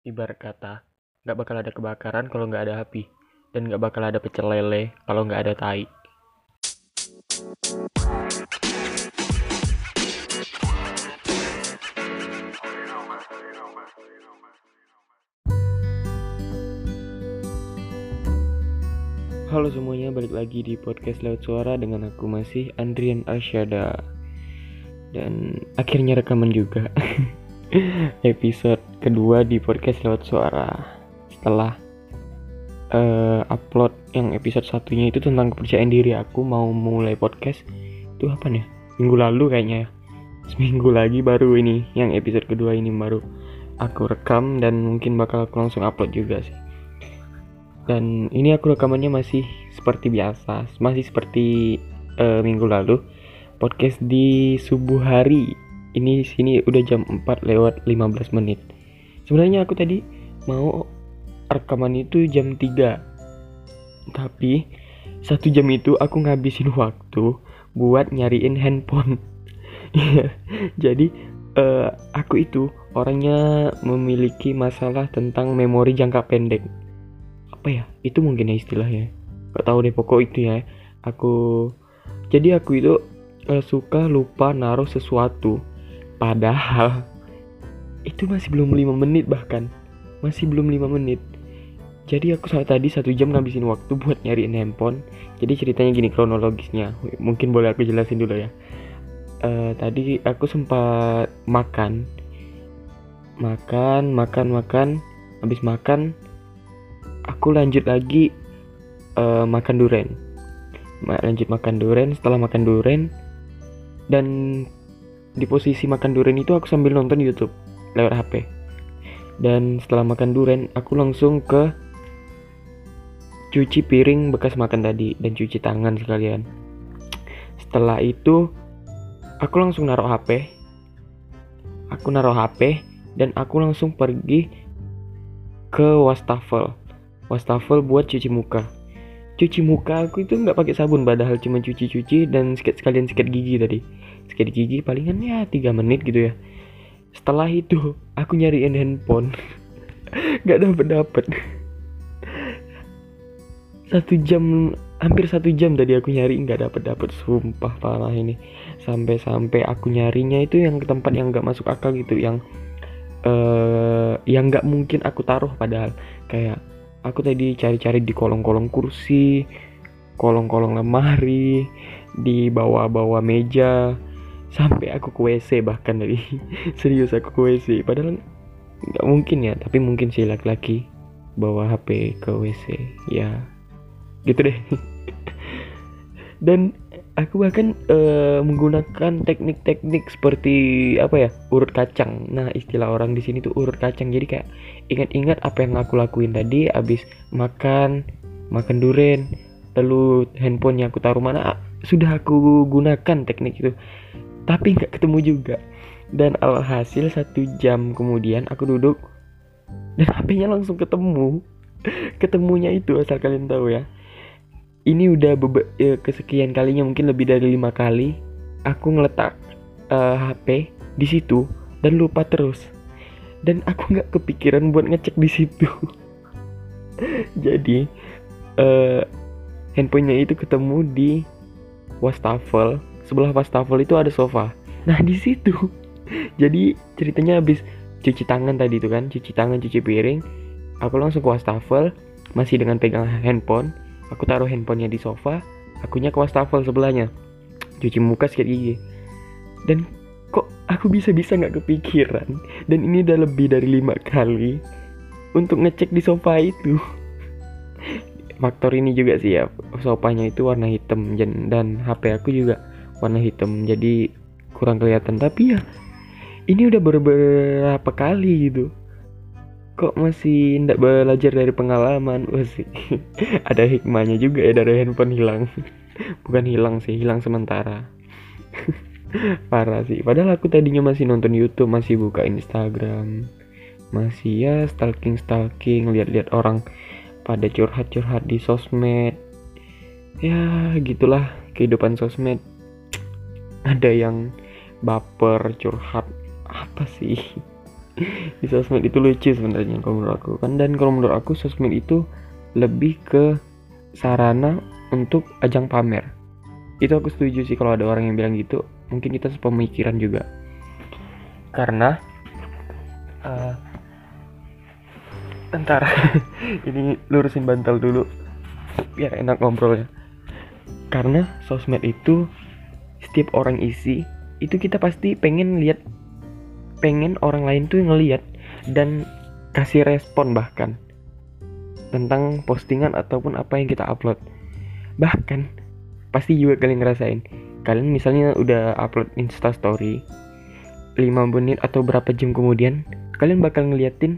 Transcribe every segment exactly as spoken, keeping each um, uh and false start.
Ibarat kata, nggak bakal ada kebakaran kalau nggak ada api, dan nggak bakal ada pecel lele kalau nggak ada tai. Halo semuanya, balik lagi di podcast Laut Suara dengan aku masih Andrian Arsyada. Dan akhirnya rekaman juga episode kedua di podcast Laut Suara. Setelah uh, upload yang episode satunya itu tentang kepercayaan diri, aku mau mulai podcast itu apa nih? Minggu lalu kayaknya ya. Seminggu lagi baru ini, yang episode kedua ini baru aku rekam dan mungkin bakal aku langsung upload juga sih. Dan ini aku rekamannya masih seperti biasa, masih seperti uh, minggu lalu, podcast di subuh hari. Ini sini udah jam empat lewat lima belas menit. Sebenarnya aku tadi mau rekaman itu jam tiga. Tapi satu jam itu aku ngabisin waktu buat nyariin handphone. Jadi uh, aku itu orangnya memiliki masalah tentang memori jangka pendek. Apa ya, itu mungkin ya istilahnya, gak tahu deh, pokok itu ya. Aku jadi aku itu uh, suka lupa naruh sesuatu, padahal itu masih belum lima menit, bahkan masih belum lima menit. Jadi aku saat tadi satu jam ngabisin waktu buat nyariin handphone. Jadi ceritanya gini kronologisnya, mungkin boleh aku jelasin dulu ya. Uh, tadi aku sempat makan makan makan makan habis makan aku lanjut lagi uh, makan durian. Lanjut makan durian. Setelah makan durian dan di posisi makan durian itu aku sambil nonton YouTube lewat H P. Dan setelah makan durian aku langsung ke cuci piring bekas makan tadi dan cuci tangan sekalian. Setelah itu aku langsung naruh H P. Aku naruh H P dan aku langsung pergi ke wastafel. Wastafel buat cuci muka. Cuci muka aku itu nggak pakai sabun, padahal cuma cuci-cuci dan sikat sekalian sikat gigi tadi. Sikat gigi palingan ya tiga menit gitu ya. Setelah itu aku nyariin handphone, nggak dapet dapet. Satu jam, hampir satu jam tadi aku nyari nggak dapet dapet. Sumpah parah ini. Sampai-sampai aku nyarinya itu yang ke tempat yang nggak masuk akal gitu, yang uh, yang nggak mungkin aku taruh, padahal kayak aku tadi cari-cari di kolong-kolong kursi, kolong-kolong lemari, di bawah-bawah meja, sampai aku ke W C bahkan tadi. Serius aku ke W C, padahal nggak mungkin ya, tapi mungkin sih laki-laki bawa H P ke W C, ya gitu deh. Dan aku bahkan uh, menggunakan teknik-teknik seperti apa ya, urut kacang. Nah, istilah orang di sini tuh urut kacang. Jadi kayak ingat-ingat apa yang aku lakuin tadi abis makan makan durian, lalu handphonenya aku taruh mana, sudah aku gunakan teknik itu, tapi nggak ketemu juga. Dan alhasil satu jam kemudian aku duduk dan H P-nya langsung ketemu. Ketemunya itu, asal kalian tahu ya, ini udah bebe- ya, kesekian kalinya, mungkin lebih dari lima kali aku ngeletak uh, H P di situ dan lupa terus. Dan aku nggak kepikiran buat ngecek di situ. Jadi uh, handphonenya itu ketemu di wastafel. Sebelah wastafel itu ada sofa. Nah di situ. Jadi ceritanya habis cuci tangan tadi itu kan, cuci tangan, cuci piring, aku langsung ke wastafel masih dengan pegang handphone. Aku taruh handphonenya di sofa, akunya ke wastafel sebelahnya, cuci muka, sikat gigi. Dan kok aku bisa-bisa gak kepikiran, dan ini udah lebih dari lima kali untuk ngecek di sofa itu. Faktor ini juga sih ya, sofanya itu warna hitam dan H P aku juga warna hitam, jadi kurang kelihatan. Tapi ya ini udah beberapa kali gitu, kok masih ndak belajar dari pengalaman. Masih ada hikmahnya juga ya dari handphone hilang. Bukan hilang sih, hilang sementara. Parah sih. Padahal aku tadinya masih nonton YouTube, masih buka Instagram, masih ya stalking-stalking, lihat-lihat orang pada curhat-curhat di sosmed. Ya gitulah kehidupan sosmed. Ada yang baper, curhat, apa sih, Di sosmed itu lucu sebenarnya kalau menurut aku kan. Dan kalau menurut aku sosmed itu lebih ke sarana untuk ajang pamer. Itu aku setuju sih kalau ada orang yang bilang gitu. Mungkin kita sepemikiran juga. Karena uh, Ntar ini lurusin bantal dulu biar enak ngobrolnya. Karena sosmed itu setiap orang isi itu kita pasti pengen lihat, pengen orang lain tuh ngelihat dan kasih respon bahkan tentang postingan ataupun apa yang kita upload. Bahkan pasti juga kalian ngerasain, kalian misalnya udah upload Insta story lima menit atau berapa jam kemudian kalian bakal ngeliatin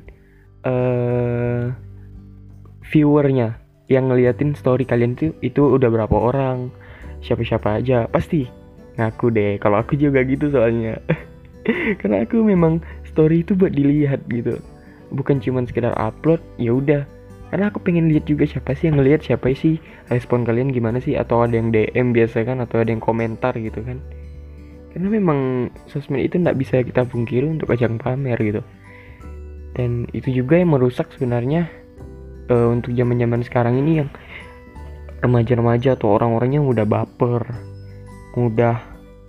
uh, viewernya yang ngeliatin story kalian tuh itu udah berapa orang, siapa-siapa aja. Pasti ngaku deh kalau aku juga gitu soalnya. Karena aku memang story itu buat dilihat gitu, bukan cuman sekedar upload ya udah. Karena aku pengen lihat juga siapa sih yang ngelihat, siapa sih respon kalian gimana sih, atau ada yang D M biasa kan, atau ada yang komentar gitu kan. Karena memang sosmed itu nggak bisa kita pungkiri untuk ajang pamer gitu. Dan itu juga yang merusak sebenarnya uh, untuk zaman-zaman sekarang ini, yang remaja-remaja atau orang-orang yang mudah baper, mudah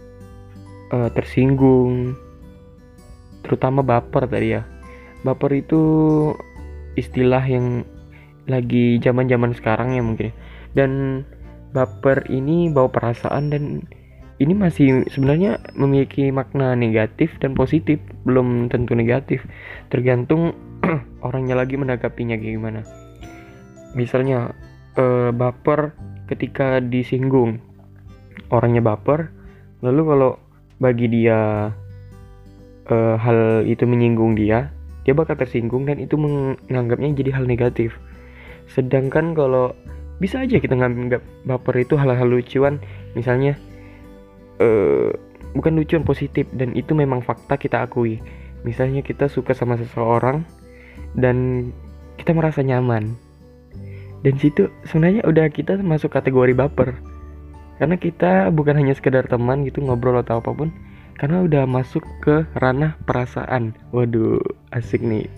uh, tersinggung, terutama baper tadi ya. Baper itu istilah yang lagi zaman-zaman sekarang ya mungkin. Dan baper ini bawa perasaan, dan ini masih sebenarnya memiliki makna negatif dan positif, belum tentu negatif, tergantung orangnya lagi menanggapinya kayak gimana. Misalnya eh, baper ketika disinggung, orangnya baper, lalu kalau bagi dia eh, hal itu menyinggung dia, dia bakal tersinggung dan itu menganggapnya jadi hal negatif. Sedangkan kalau bisa aja kita nganggap baper itu hal-hal lucuan, misalnya Uh, bukan lucuan, positif, dan itu memang fakta kita akui. Misalnya kita suka sama seseorang dan kita merasa nyaman, dan situ sebenarnya udah kita masuk kategori baper, karena kita bukan hanya sekedar teman gitu ngobrol atau apapun, karena udah masuk ke ranah perasaan. Waduh, asik nih.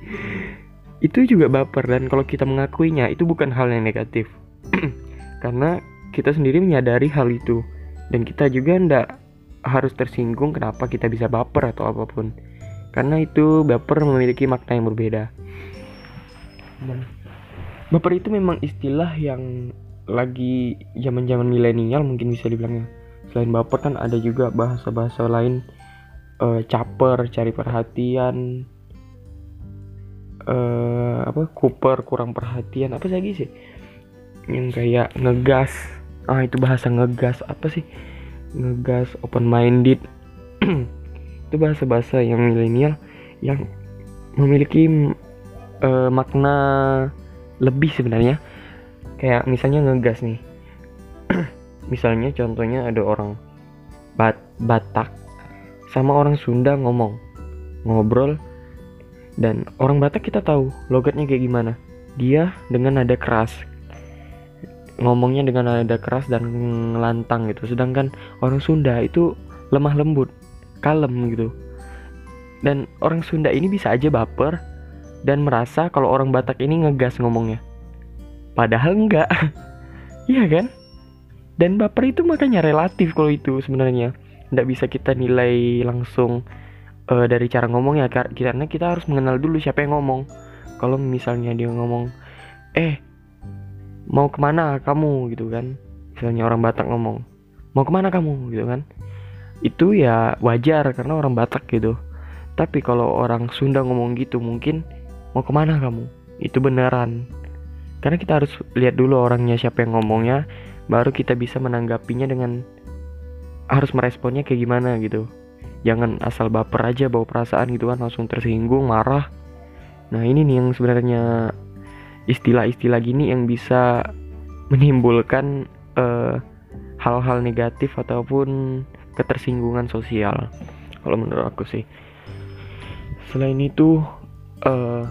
Itu juga baper, dan kalau kita mengakuinya itu bukan hal yang negatif. Karena kita sendiri menyadari hal itu, dan kita juga ndak harus tersinggung kenapa kita bisa baper atau apapun, karena itu baper memiliki makna yang berbeda. Dan baper itu memang istilah yang lagi zaman-zaman milenial mungkin bisa dibilangnya. Selain baper kan ada juga bahasa-bahasa lain, e, caper, cari perhatian, e, apa kuper, kurang perhatian, apa lagi sih yang kayak ngegas. Ah itu bahasa ngegas, apa sih ngegas, open minded. Itu bahasa-bahasa yang milenial yang memiliki uh, makna lebih sebenarnya. Kayak misalnya ngegas nih. Misalnya contohnya ada orang Bat- Batak sama orang Sunda ngomong, ngobrol, dan orang Batak kita tahu logatnya kayak gimana. Dia dengan nada keras, ngomongnya dengan nada keras dan lantang gitu. Sedangkan orang Sunda itu lemah lembut, kalem gitu. Dan orang Sunda ini bisa aja baper dan merasa kalau orang Batak ini ngegas ngomongnya, padahal enggak. Iya kan? Dan baper itu makanya relatif kalau itu sebenarnya. Nggak bisa kita nilai langsung uh, dari cara ngomongnya, karena kita harus mengenal dulu siapa yang ngomong. Kalau misalnya dia ngomong, eh mau kemana kamu gitu kan, misalnya orang Batak ngomong mau kemana kamu gitu kan, itu ya wajar karena orang Batak gitu. Tapi kalau orang Sunda ngomong gitu, mungkin mau kemana kamu, itu beneran. Karena kita harus lihat dulu orangnya siapa yang ngomongnya, baru kita bisa menanggapinya dengan harus meresponnya kayak gimana gitu. Jangan asal baper aja, bawa perasaan gitu kan, langsung tersinggung, marah. Nah ini nih yang sebenarnya istilah-istilah gini yang bisa menimbulkan uh, hal-hal negatif ataupun ketersinggungan sosial kalau menurut aku sih. Selain itu uh,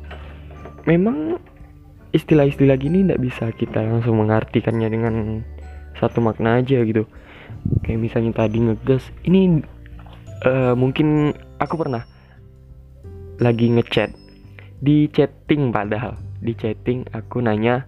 memang istilah-istilah gini tidak bisa kita langsung mengartikannya dengan satu makna aja gitu. Kayak misalnya tadi ngegas, ini uh, mungkin aku pernah lagi ngechat, di chatting padahal di chatting aku nanya,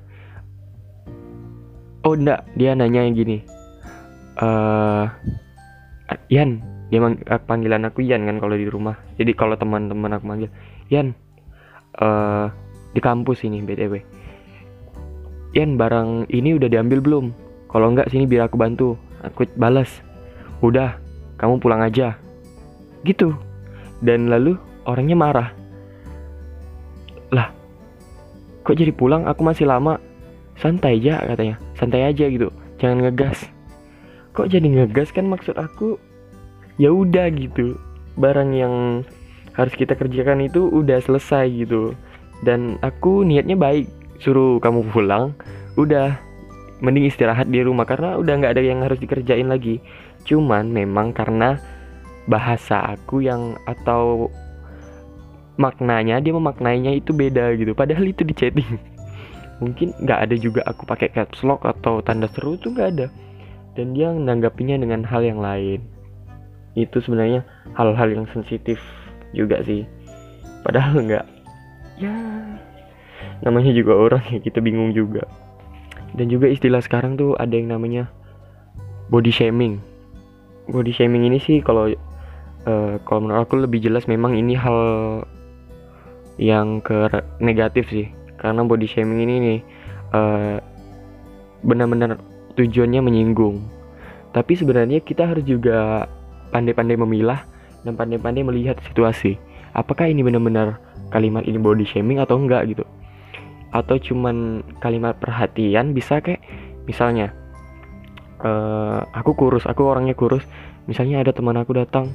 oh enggak, dia nanya yang gini, eh Yan, dia mang- eh, panggilan aku Yan kan kalau di rumah. Jadi kalau teman-teman aku manggil Yan, eh di kampus ini B T W, Yan, barang ini udah diambil belum? Kalau enggak sini biar aku bantu. Aku balas, udah, kamu pulang aja. Gitu. Dan lalu orangnya marah. Lah, kok jadi pulang? Aku masih lama. Santai aja katanya. Santai aja gitu. Jangan ngegas. Kok jadi ngegas? Kan maksud aku ya udah gitu. Barang yang harus kita kerjakan itu udah selesai gitu. Dan aku niatnya baik, suruh kamu pulang, udah mending istirahat di rumah karena udah nggak ada yang harus dikerjain lagi. Cuman memang karena bahasa aku yang atau maknanya, dia memaknainya itu beda gitu. Padahal itu di chatting. Mungkin nggak ada juga aku pakai caps lock atau tanda seru tuh nggak ada. Dan dia menanggapinya dengan hal yang lain. Itu sebenarnya hal-hal yang sensitif juga sih. Padahal nggak. Ya, namanya juga orang ya, kita bingung juga. Dan juga istilah sekarang tuh ada yang namanya body shaming. Body shaming ini sih kalau uh, kalau menurut aku lebih jelas memang ini hal yang ke negatif sih. Karena body shaming ini nih uh, benar-benar tujuannya menyinggung. Tapi sebenarnya kita harus juga pandai-pandai memilah dan pandai-pandai melihat situasi. Apakah ini benar-benar kalimat ini body shaming atau enggak gitu, atau cuman kalimat perhatian. Bisa kayak misalnya uh, aku kurus, aku orangnya kurus, misalnya ada teman aku datang,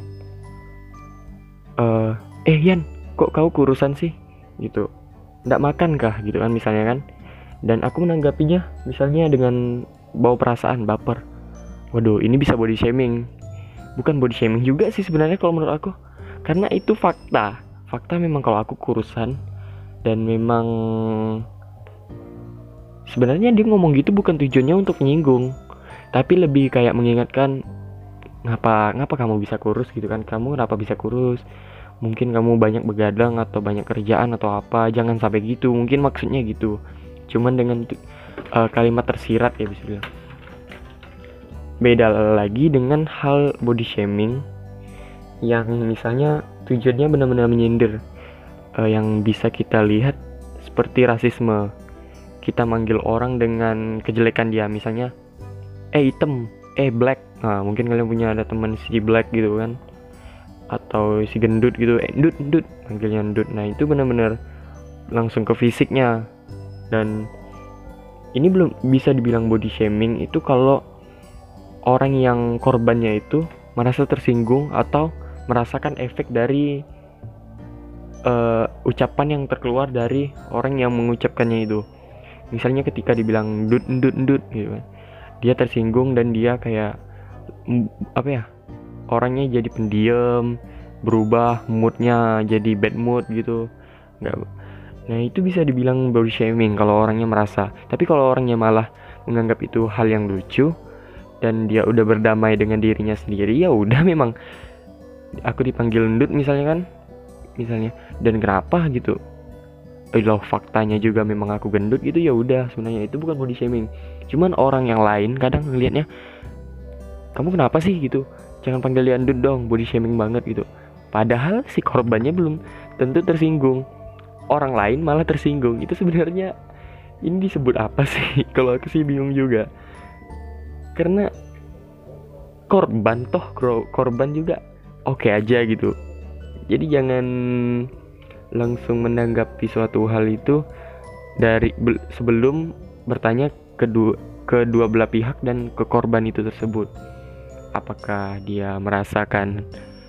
uh, eh Yan, kok kau kurusan sih gitu, nggak makan kah gitu kan misalnya kan. Dan aku menanggapinya misalnya dengan bawa perasaan, baper. Waduh, ini bisa body shaming. Bukan body shaming juga sih sebenarnya kalau menurut aku, karena itu fakta. Fakta memang kalau aku kurusan, dan memang sebenarnya dia ngomong gitu bukan tujuannya untuk menyinggung, tapi lebih kayak mengingatkan, ngapa ngapa kamu bisa kurus gitu kan, kamu kenapa bisa kurus, mungkin kamu banyak begadang atau banyak kerjaan atau apa, jangan sampai gitu, mungkin maksudnya gitu. Cuman dengan uh, kalimat tersirat ya bisa bilang. Beda lagi dengan hal body shaming yang misalnya tujuannya benar-benar menyindir, uh, yang bisa kita lihat seperti rasisme. Kita manggil orang dengan kejelekan dia, misalnya eh hitam, eh black. Nah, mungkin kalian punya ada teman si black gitu kan, atau si gendut gitu, eh ndut ndut, manggilnya ndut. Nah, itu benar-benar langsung ke fisiknya. Dan ini belum bisa dibilang body shaming itu kalau orang yang korbannya itu merasa tersinggung atau merasakan efek dari uh, ucapan yang terkeluar dari orang yang mengucapkannya itu. Misalnya ketika dibilang ndut ndut ndut gitu kan, dia tersinggung dan dia kayak apa ya, orangnya jadi pendiam, berubah moodnya jadi bad mood gitu. Nggak. Nah, itu bisa dibilang body shaming kalau orangnya merasa. Tapi kalau orangnya malah menganggap itu hal yang lucu dan dia udah berdamai dengan dirinya sendiri, ya udah, memang aku dipanggil ndut misalnya kan, misalnya, dan kenapa gitu, eh loh faktanya juga memang aku gendut gitu, ya udah, sebenarnya itu bukan body shaming. Cuman orang yang lain kadang ngelihatnya, kamu kenapa sih gitu, jangan panggil dia ndut dong, body shaming banget gitu. Padahal si korbannya belum tentu tersinggung, orang lain malah tersinggung. Itu sebenarnya ini disebut apa sih? Kalau aku sih bingung juga. Karena korban toh, korban juga oke aja gitu. Jadi jangan langsung menanggapi suatu hal itu dari be- sebelum bertanya kedua kedua belah pihak dan ke korban itu tersebut. Apakah dia merasakan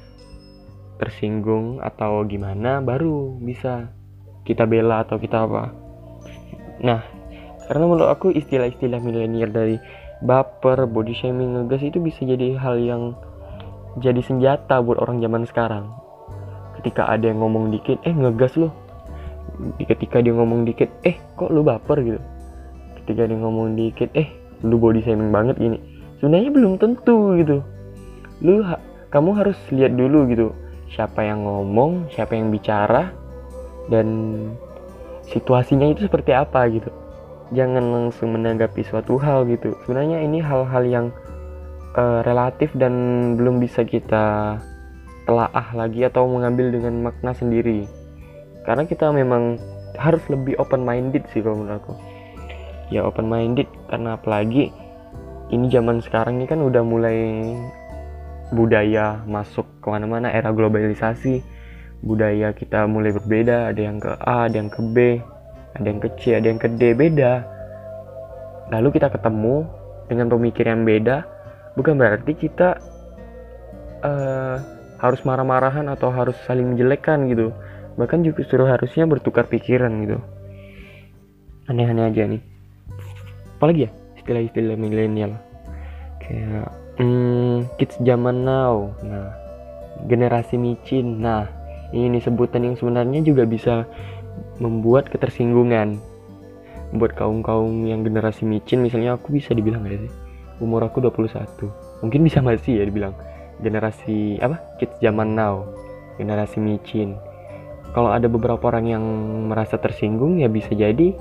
tersinggung atau gimana, baru bisa kita bela atau kita apa. Nah, karena menurut aku istilah-istilah milenial dari baper, body shaming, ngegas itu bisa jadi hal yang jadi senjata buat orang zaman sekarang. Ketika ada yang ngomong dikit, eh ngegas lu. Ketika dia ngomong dikit, eh kok lu baper gitu. Ketika dia ngomong dikit, eh lu body shaming banget gini. Sebenarnya belum tentu gitu. Lu ha- kamu harus lihat dulu gitu, siapa yang ngomong, siapa yang bicara, dan situasinya itu seperti apa gitu. Jangan langsung menanggapi suatu hal gitu. Sebenarnya ini hal-hal yang uh, relatif dan belum bisa kita telaah lagi atau mengambil dengan makna sendiri. Karena kita memang harus lebih open minded sih kalau menurut aku. Ya open minded karena apalagi ini zaman sekarang ini kan udah mulai budaya masuk kemana-mana, era globalisasi. Budaya kita mulai berbeda, ada yang ke A, ada yang ke B, ada yang ke C, ada yang ke D, beda. Lalu kita ketemu dengan pemikiran yang beda, bukan berarti kita uh, harus marah-marahan atau harus saling menjelekkan gitu. Bahkan justru harusnya bertukar pikiran gitu. Aneh-aneh aja nih. Apalagi ya istilah-istilah milenial kayak hmm, kids zaman now, nah generasi micin. Nah ini sebutan yang sebenarnya juga bisa membuat ketersinggungan buat kaum-kaum yang generasi micin. Misalnya aku bisa dibilang gak sih, umur aku dua puluh satu, mungkin bisa masih ya dibilang generasi apa, kids zaman now, generasi micin. Kalau ada beberapa orang yang merasa tersinggung ya bisa jadi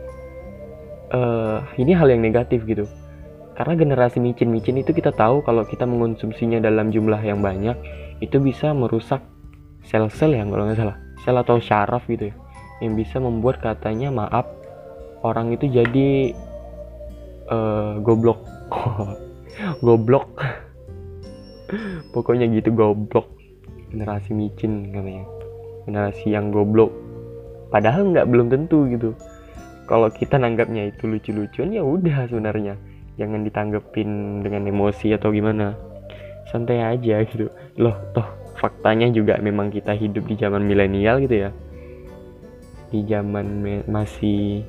uh, ini hal yang negatif gitu. Karena generasi micin-micin itu kita tahu kalau kita mengonsumsinya dalam jumlah yang banyak itu bisa merusak sel-sel yang kalau nggak salah, sel atau syaraf gitu ya, yang bisa membuat katanya maaf orang itu jadi uh, goblok. Goblok. Pokoknya gitu, goblok. Generasi micin katanya, generasi yang goblok. Padahal nggak, belum tentu gitu. Kalau kita nanggapnya itu lucu-lucuan ya udah, sebenarnya jangan ditanggepin dengan emosi atau gimana, santai aja gitu loh. Toh faktanya juga memang kita hidup di zaman milenial gitu ya, di zaman me- masih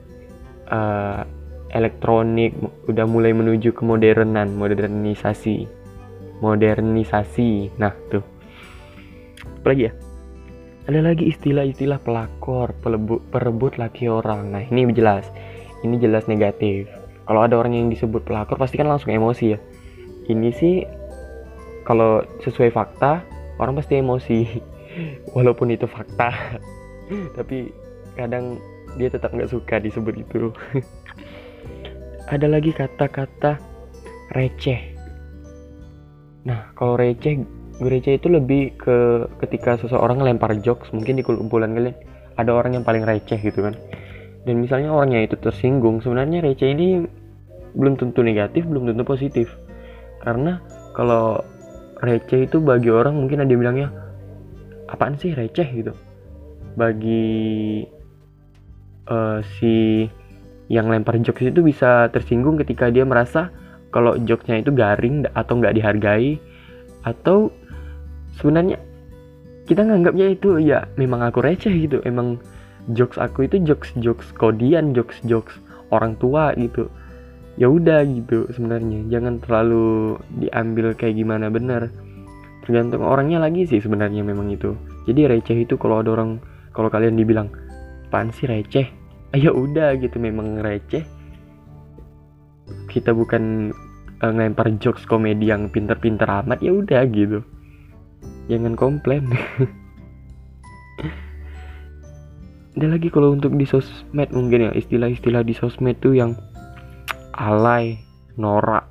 uh, elektronik, udah mulai menuju ke modernan, modernisasi, modernisasi. Nah tuh, apa lagi ya? Ada lagi istilah-istilah pelakor, pelebut, perebut laki orang. Nah ini jelas, ini jelas negatif. Kalau ada orang yang disebut pelakor pasti kan langsung emosi ya. Ini sih kalau sesuai fakta orang pasti emosi. Walaupun itu fakta, tapi kadang dia tetap nggak suka disebut itu. Ada lagi kata-kata receh. Nah kalau receh, receh itu lebih ke ketika seseorang ngelempar jokes, mungkin di kumpulan kalian ada orang yang paling receh gitu kan, dan misalnya orangnya itu tersinggung. Sebenarnya receh ini belum tentu negatif, belum tentu positif. Karena kalau receh itu bagi orang mungkin ada yang bilangnya apaan sih receh gitu. Bagi uh, si yang lempar jokes itu bisa tersinggung ketika dia merasa kalau jokesnya itu garing atau nggak dihargai, atau sebenarnya kita nganggapnya itu ya memang aku receh gitu, emang jokes aku itu jokes jokes kodian, jokes jokes orang tua gitu. Ya udah gitu, sebenarnya jangan terlalu diambil kayak gimana, bener tergantung orangnya lagi sih sebenarnya memang itu. Jadi receh itu kalau ada orang, kalau kalian dibilang apaan sih receh, ya udah gitu, memang receh. Kita bukan uh, ngelempar jokes komedi yang pinter-pinter amat, ya udah gitu, jangan komplain. Ada lagi kalau untuk di sosmed mungkin ya, istilah-istilah di sosmed tuh yang alay, norak.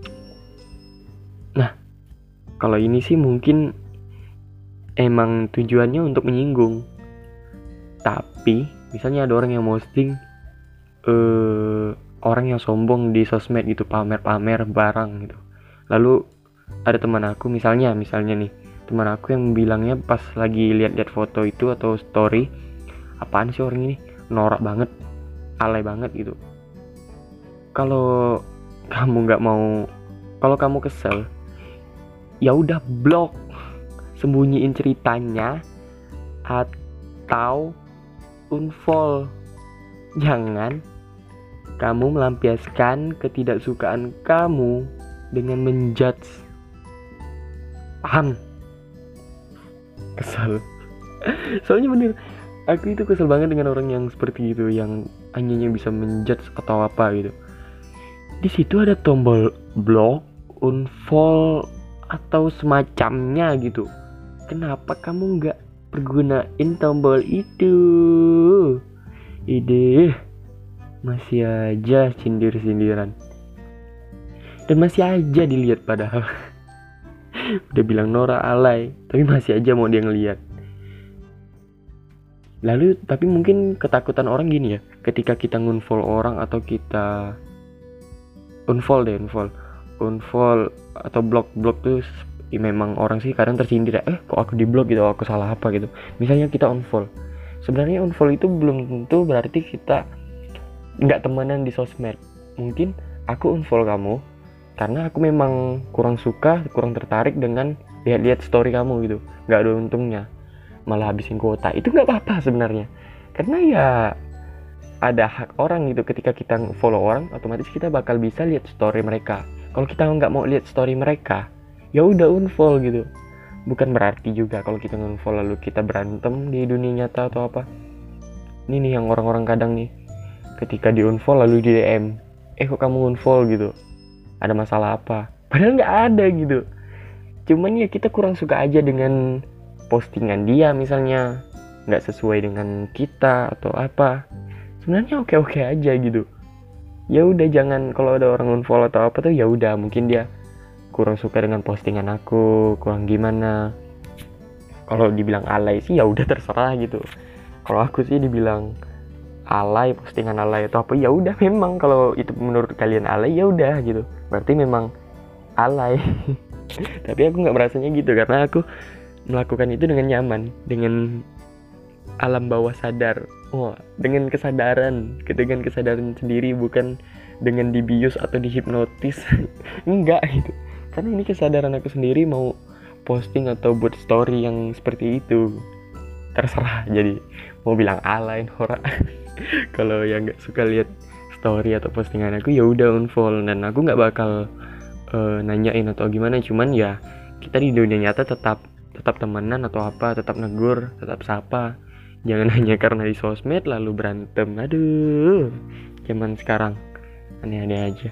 Nah kalau ini sih mungkin emang tujuannya untuk menyinggung. Tapi misalnya ada orang yang posting uh, orang yang sombong di sosmed gitu, pamer-pamer barang gitu. Lalu ada teman aku misalnya, misalnya nih teman aku yang bilangnya pas lagi lihat-lihat foto itu atau story, apaan sih orang ini, norak banget, alay banget gitu. Kalau kamu nggak mau, kalau kamu kesel, ya udah blok, sembunyiin ceritanya atau unfollow. Jangan kamu melampiaskan ketidaksukaan kamu dengan menjudge. Paham? Kesel. Soalnya bener, aku itu kesel banget dengan orang yang seperti itu, yang hanya bisa menjudge atau apa gitu. Di situ ada tombol block, unfollow atau semacamnya gitu. Kenapa kamu nggak pergunain tombol itu. Ide, masih aja sindir-sindiran. Dan masih aja dilihat padahal. Udah bilang Nora alay, tapi masih aja mau dia ngeliat. Lalu tapi mungkin ketakutan orang gini ya, ketika kita ngunfollow orang atau kita unfollow deh, unfollow, unfollow atau blok blok tuh ya memang orang sih kadang tersindir ya, eh kok aku di blok gitu, aku salah apa gitu. Misalnya kita unfollow, sebenarnya unfollow itu belum tentu berarti kita nggak temenan di sosmed. Mungkin aku unfollow kamu karena aku memang kurang suka, kurang tertarik dengan lihat-lihat story kamu gitu, nggak ada untungnya, malah habisin kuota. Itu nggak apa-apa sebenarnya, karena ya ada hak orang gitu. Ketika kita follow orang, otomatis kita bakal bisa lihat story mereka. Kalau kita nggak mau lihat story mereka, ya udah unfollow gitu. Bukan berarti juga kalau kita unfollow lalu kita berantem di dunia nyata atau apa. Ini nih yang orang-orang kadang nih, ketika di unfollow lalu di D M, eh kok kamu unfollow gitu, ada masalah apa? Padahal nggak ada gitu. Cuman ya kita kurang suka aja dengan postingan dia, misalnya nggak sesuai dengan kita atau apa. Sebenarnya oke-oke aja gitu. Ya udah, jangan, kalau ada orang unfollow atau apa tuh ya udah, mungkin dia kurang suka dengan postingan aku, kurang gimana. Kalau dibilang alay sih ya udah terserah gitu. Kalau aku sih dibilang alay, postingan alay atau apa, ya udah, memang kalau itu menurut kalian alay ya udah gitu, berarti memang alay. Tapi aku nggak merasanya gitu, karena aku melakukan itu dengan nyaman, dengan alam bawah sadar, oh, dengan kesadaran, dengan kesadaran sendiri, bukan dengan dibius atau dihipnotis. Enggak gitu, karena ini kesadaran aku sendiri mau posting atau buat story yang seperti itu. Terserah, jadi mau bilang alay Nora. Kalau yang nggak suka lihat story atau postingan aku, ya udah unfollow, dan aku nggak bakal uh, nanyain atau gimana. Cuman ya kita di dunia nyata tetap tetap temenan atau apa, tetap negur, tetap sapa. Jangan hanya karena di sosmed lalu berantem. Aduh, zaman sekarang aneh-aneh aja.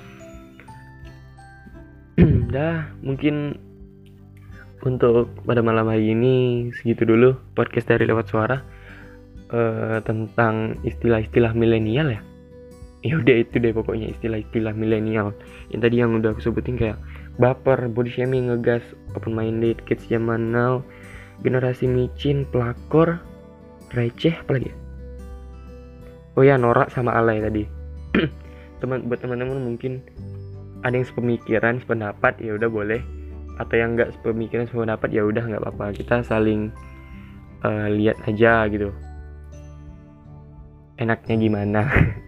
Dah, mungkin untuk pada malam hari ini segitu dulu podcast dari Lewat Suara. Uh, tentang istilah-istilah milenial ya. Ya udah itu deh pokoknya, istilah-istilah milenial. Yang tadi yang udah aku sebutin kayak baper, body shaming, ngegas, open minded, kids zaman now, generasi micin, pelakor, receh, apalagi ya? Oh ya, norak sama alay tadi. Teman buat teman-teman mungkin ada yang sepemikiran, sependapat, ya udah boleh. Atau yang enggak sepemikiran, sependapat, ya udah enggak apa-apa. Kita saling uh, lihat aja gitu, enaknya gimana.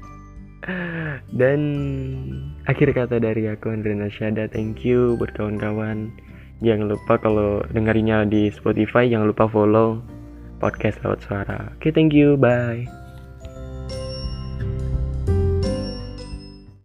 Dan akhir kata dari aku, Andrian Arsyada, thank you buat kawan-kawan. Jangan lupa kalau dengerinnya di Spotify, jangan lupa follow podcast Lewat Suara. Oke, okay, thank you, bye.